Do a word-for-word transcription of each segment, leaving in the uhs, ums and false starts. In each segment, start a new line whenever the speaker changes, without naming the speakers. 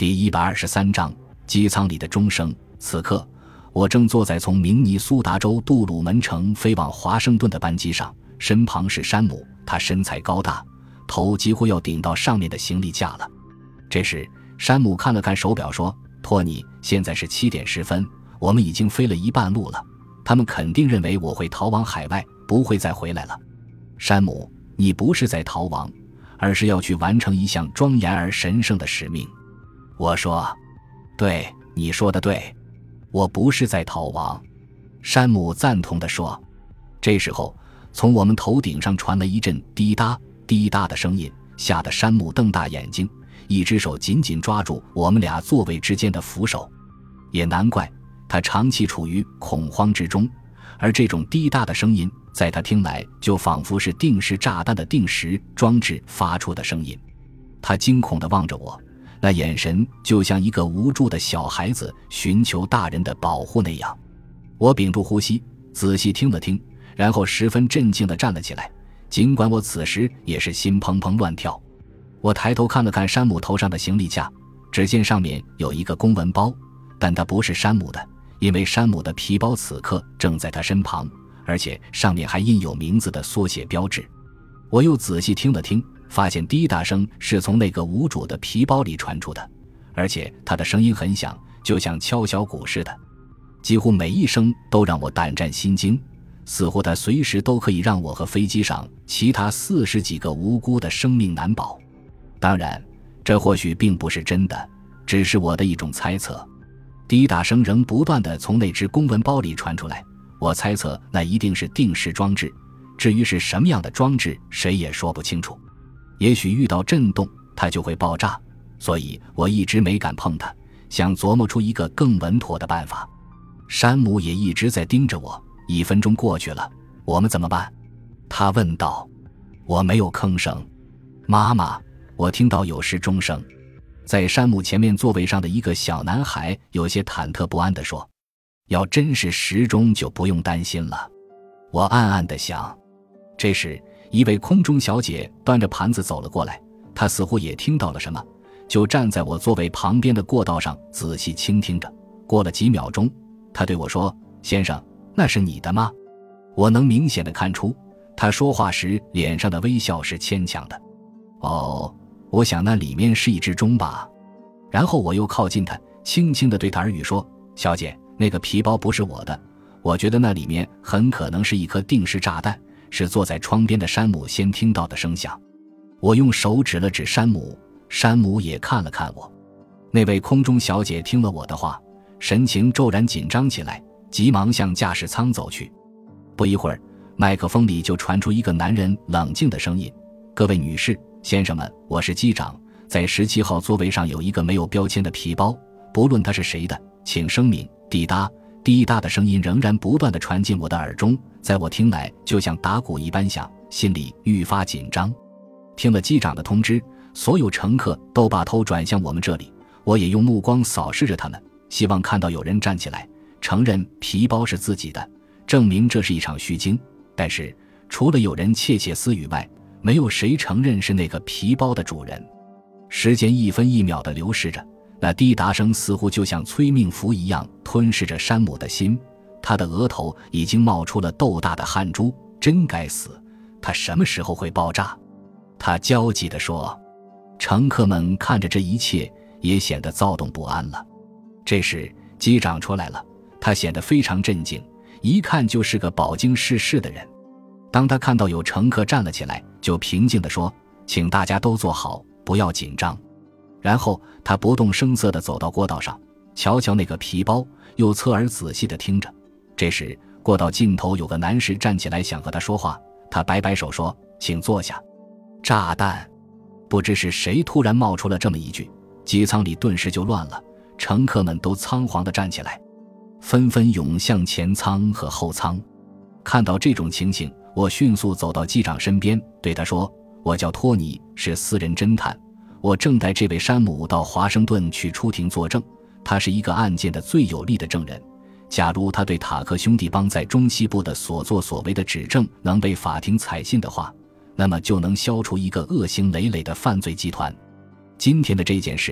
第一百二十三章机舱里的钟声。此刻我正坐在从明尼苏达州杜鲁门城飞往华盛顿的班机上，身旁是山姆，他身材高大，头几乎要顶到上面的行李架了。这时山姆看了看手表说，托尼，现在是七点十分，我们已经飞了一半路了，他们肯定认为我会逃往海外，不会再回来了。山姆，你不是在逃亡，而是要去完成一项庄严而神圣的使命。我说，对，你说的对，我不是在逃亡。山姆赞同地说。这时候从我们头顶上传来一阵滴答滴答的声音，吓得山姆瞪大眼睛，一只手紧紧抓住我们俩座位之间的扶手。也难怪，他长期处于恐慌之中，而这种滴答的声音在他听来就仿佛是定时炸弹的定时装置发出的声音。他惊恐地望着我，那眼神就像一个无助的小孩子寻求大人的保护那样。我屏住呼吸，仔细听了听，然后十分镇静地站了起来，尽管我此时也是心砰砰乱跳。我抬头看了看山姆头上的行李架，只见上面有一个公文包，但它不是山姆的，因为山姆的皮包此刻正在他身旁，而且上面还印有名字的缩写标志。我又仔细听了听，发现滴答声是从那个无主的皮包里传出的，而且它的声音很响，就像敲小鼓似的，几乎每一声都让我胆战心惊，似乎它随时都可以让我和飞机上其他四十几个无辜的生命难保。当然，这或许并不是真的，只是我的一种猜测。滴答声仍不断地从那只公文包里传出来，我猜测那一定是定时装置，至于是什么样的装置，谁也说不清楚。也许遇到震动它就会爆炸，所以我一直没敢碰它，想琢磨出一个更稳妥的办法。山姆也一直在盯着我。一分钟过去了，我们怎么办？他问道。我没有吭声。妈妈，我听到有时钟声。在山姆前面座位上的一个小男孩有些忐忑不安地说，要真是时钟就不用担心了。我暗暗地想。这时一位空中小姐端着盘子走了过来，她似乎也听到了什么，就站在我座位旁边的过道上仔细倾听着。过了几秒钟，她对我说，先生，那是你的吗？我能明显地看出她说话时脸上的微笑是牵强的。哦，我想那里面是一只钟吧。然后我又靠近她，轻轻地对她耳语说，小姐，那个皮包不是我的，我觉得那里面很可能是一颗定时炸弹，是坐在窗边的山姆先听到的声响。我用手指了指山姆，山姆也看了看我。那位空中小姐听了我的话，神情骤然紧张起来，急忙向驾驶舱走去。不一会儿，麦克风里就传出一个男人冷静的声音，各位女士先生们，我是机长，在十七号座位上有一个没有标签的皮包，不论它是谁的，请声明。滴答滴答的声音仍然不断地传进我的耳中，在我听来就像打鼓一般响，心里愈发紧张。听了机长的通知，所有乘客都把头转向我们这里，我也用目光扫视着他们，希望看到有人站起来承认皮包是自己的，证明这是一场虚惊。但是除了有人窃窃私语外，没有谁承认是那个皮包的主人。时间一分一秒地流逝着，那滴答声似乎就像催命符一样吞噬着山姆的心，他的额头已经冒出了豆大的汗珠。真该死，他什么时候会爆炸？他焦急地说。乘客们看着这一切也显得躁动不安了。这时机长出来了，他显得非常镇静，一看就是个饱经世事的人。当他看到有乘客站了起来，就平静地说，请大家都坐好，不要紧张。然后他不动声色地走到过道上，瞧瞧那个皮包，又侧耳仔细地听着。这时过道尽头有个男士站起来想和他说话，他摆摆手说，请坐下。炸弹。不知是谁突然冒出了这么一句，机舱里顿时就乱了，乘客们都仓皇地站起来，纷纷涌向前舱和后舱。看到这种情形，我迅速走到机长身边，对他说，我叫托尼，是私人侦探，我正带这位山姆到华盛顿去出庭作证，他是一个案件的最有力的证人。假如他对塔克兄弟帮在中西部的所作所为的指证能被法庭采信的话，那么就能消除一个恶行累累的犯罪集团。今天的这件事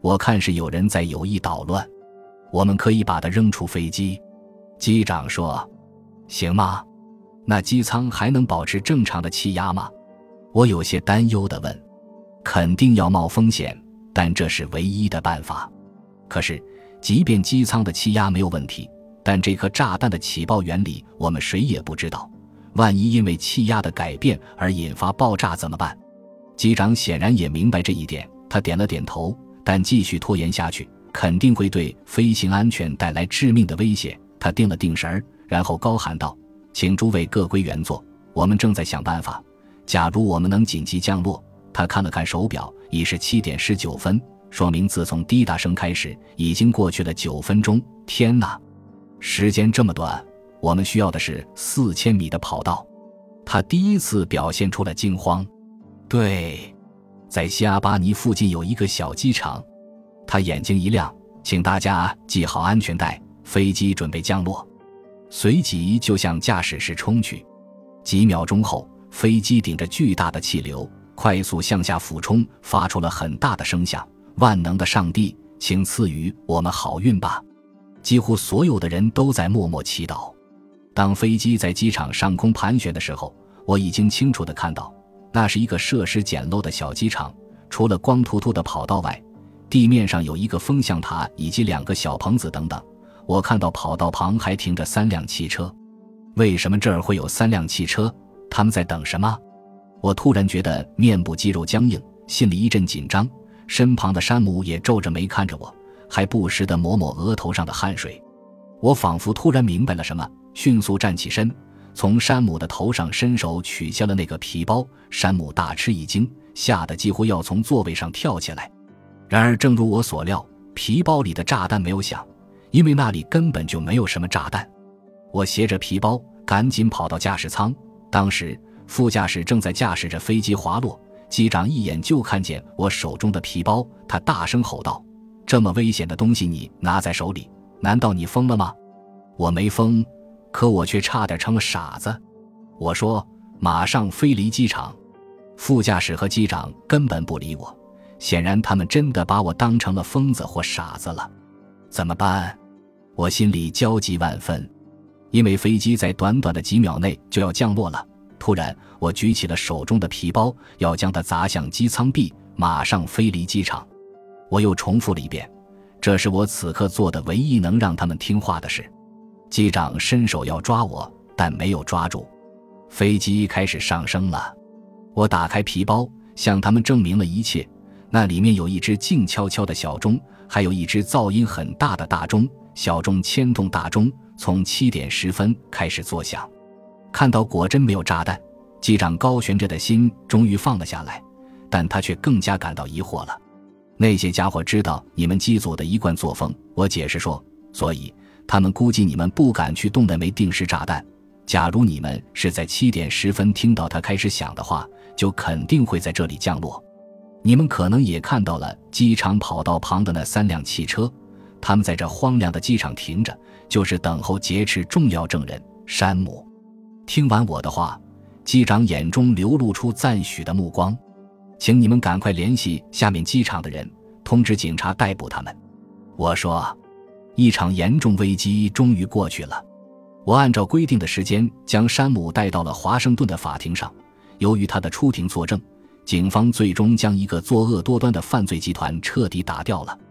我看是有人在有意捣乱，我们可以把它扔出飞机。机长说：行吗？那机舱还能保持正常的气压吗？我有些担忧地问。肯定要冒风险，但这是唯一的办法。可是即便机舱的气压没有问题，但这颗炸弹的起爆原理我们谁也不知道，万一因为气压的改变而引发爆炸怎么办？机长显然也明白这一点，他点了点头，但继续拖延下去肯定会对飞行安全带来致命的威胁。他定了定神，然后高喊道：请诸位各归原座，我们正在想办法，假如我们能紧急降落。他看了看手表，已是七点十九分，说明自从滴答声开始已经过去了九分钟。天哪，时间这么短，我们需要的是四千米的跑道。他第一次表现出了惊慌。对，在西阿巴尼附近有一个小机场。他眼睛一亮，请大家系好安全带，飞机准备降落。随即就向驾驶室冲去。几秒钟后，飞机顶着巨大的气流快速向下俯冲，发出了很大的声响。万能的上帝，请赐予我们好运吧！几乎所有的人都在默默祈祷。当飞机在机场上空盘旋的时候，我已经清楚地看到，那是一个设施简陋的小机场，除了光秃秃的跑道外，地面上有一个风向塔以及两个小棚子等等。我看到跑道旁还停着三辆汽车。为什么这儿会有三辆汽车？他们在等什么？我突然觉得面部肌肉僵硬，心里一阵紧张。身旁的山姆也皱着眉看着我，还不时地抹抹额头上的汗水。我仿佛突然明白了什么，迅速站起身，从山姆的头上伸手取下了那个皮包。山姆大吃一惊，吓得几乎要从座位上跳起来。然而正如我所料，皮包里的炸弹没有响，因为那里根本就没有什么炸弹。我携着皮包赶紧跑到驾驶舱，当时副驾驶正在驾驶着飞机滑落。机长一眼就看见我手中的皮包，他大声吼道：这么危险的东西你拿在手里，难道你疯了吗？我没疯，可我却差点成了傻子。我说马上飞离机场。副驾驶和机长根本不理我，显然他们真的把我当成了疯子或傻子了。怎么办？我心里焦急万分，因为飞机在短短的几秒内就要降落了。突然我举起了手中的皮包，要将它砸向机舱壁，马上飞离机场。我又重复了一遍，这是我此刻做的唯一能让他们听话的事。机长伸手要抓我，但没有抓住。飞机开始上升了。我打开皮包，向他们证明了一切。那里面有一只静悄悄的小钟，还有一只噪音很大的大钟。小钟牵动大钟，从七点十分开始作响。看到果真没有炸弹，机长高悬着的心终于放了下来，但他却更加感到疑惑了。那些家伙知道你们机组的一贯作风，我解释说，所以他们估计你们不敢去动那枚定时炸弹。假如你们是在七点十分听到它开始响的话，就肯定会在这里降落。你们可能也看到了机场跑道旁的那三辆汽车，他们在这荒凉的机场停着，就是等候劫持重要证人山姆。听完我的话，机长眼中流露出赞许的目光。请你们赶快联系下面机场的人，通知警察逮捕他们。我说，一场严重危机终于过去了。我按照规定的时间将山姆带到了华盛顿的法庭上。由于他的出庭作证，警方最终将一个作恶多端的犯罪集团彻底打掉了。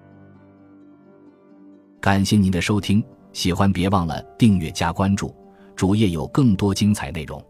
感谢您的收听，喜欢别忘了订阅加关注，主页有更多精彩内容。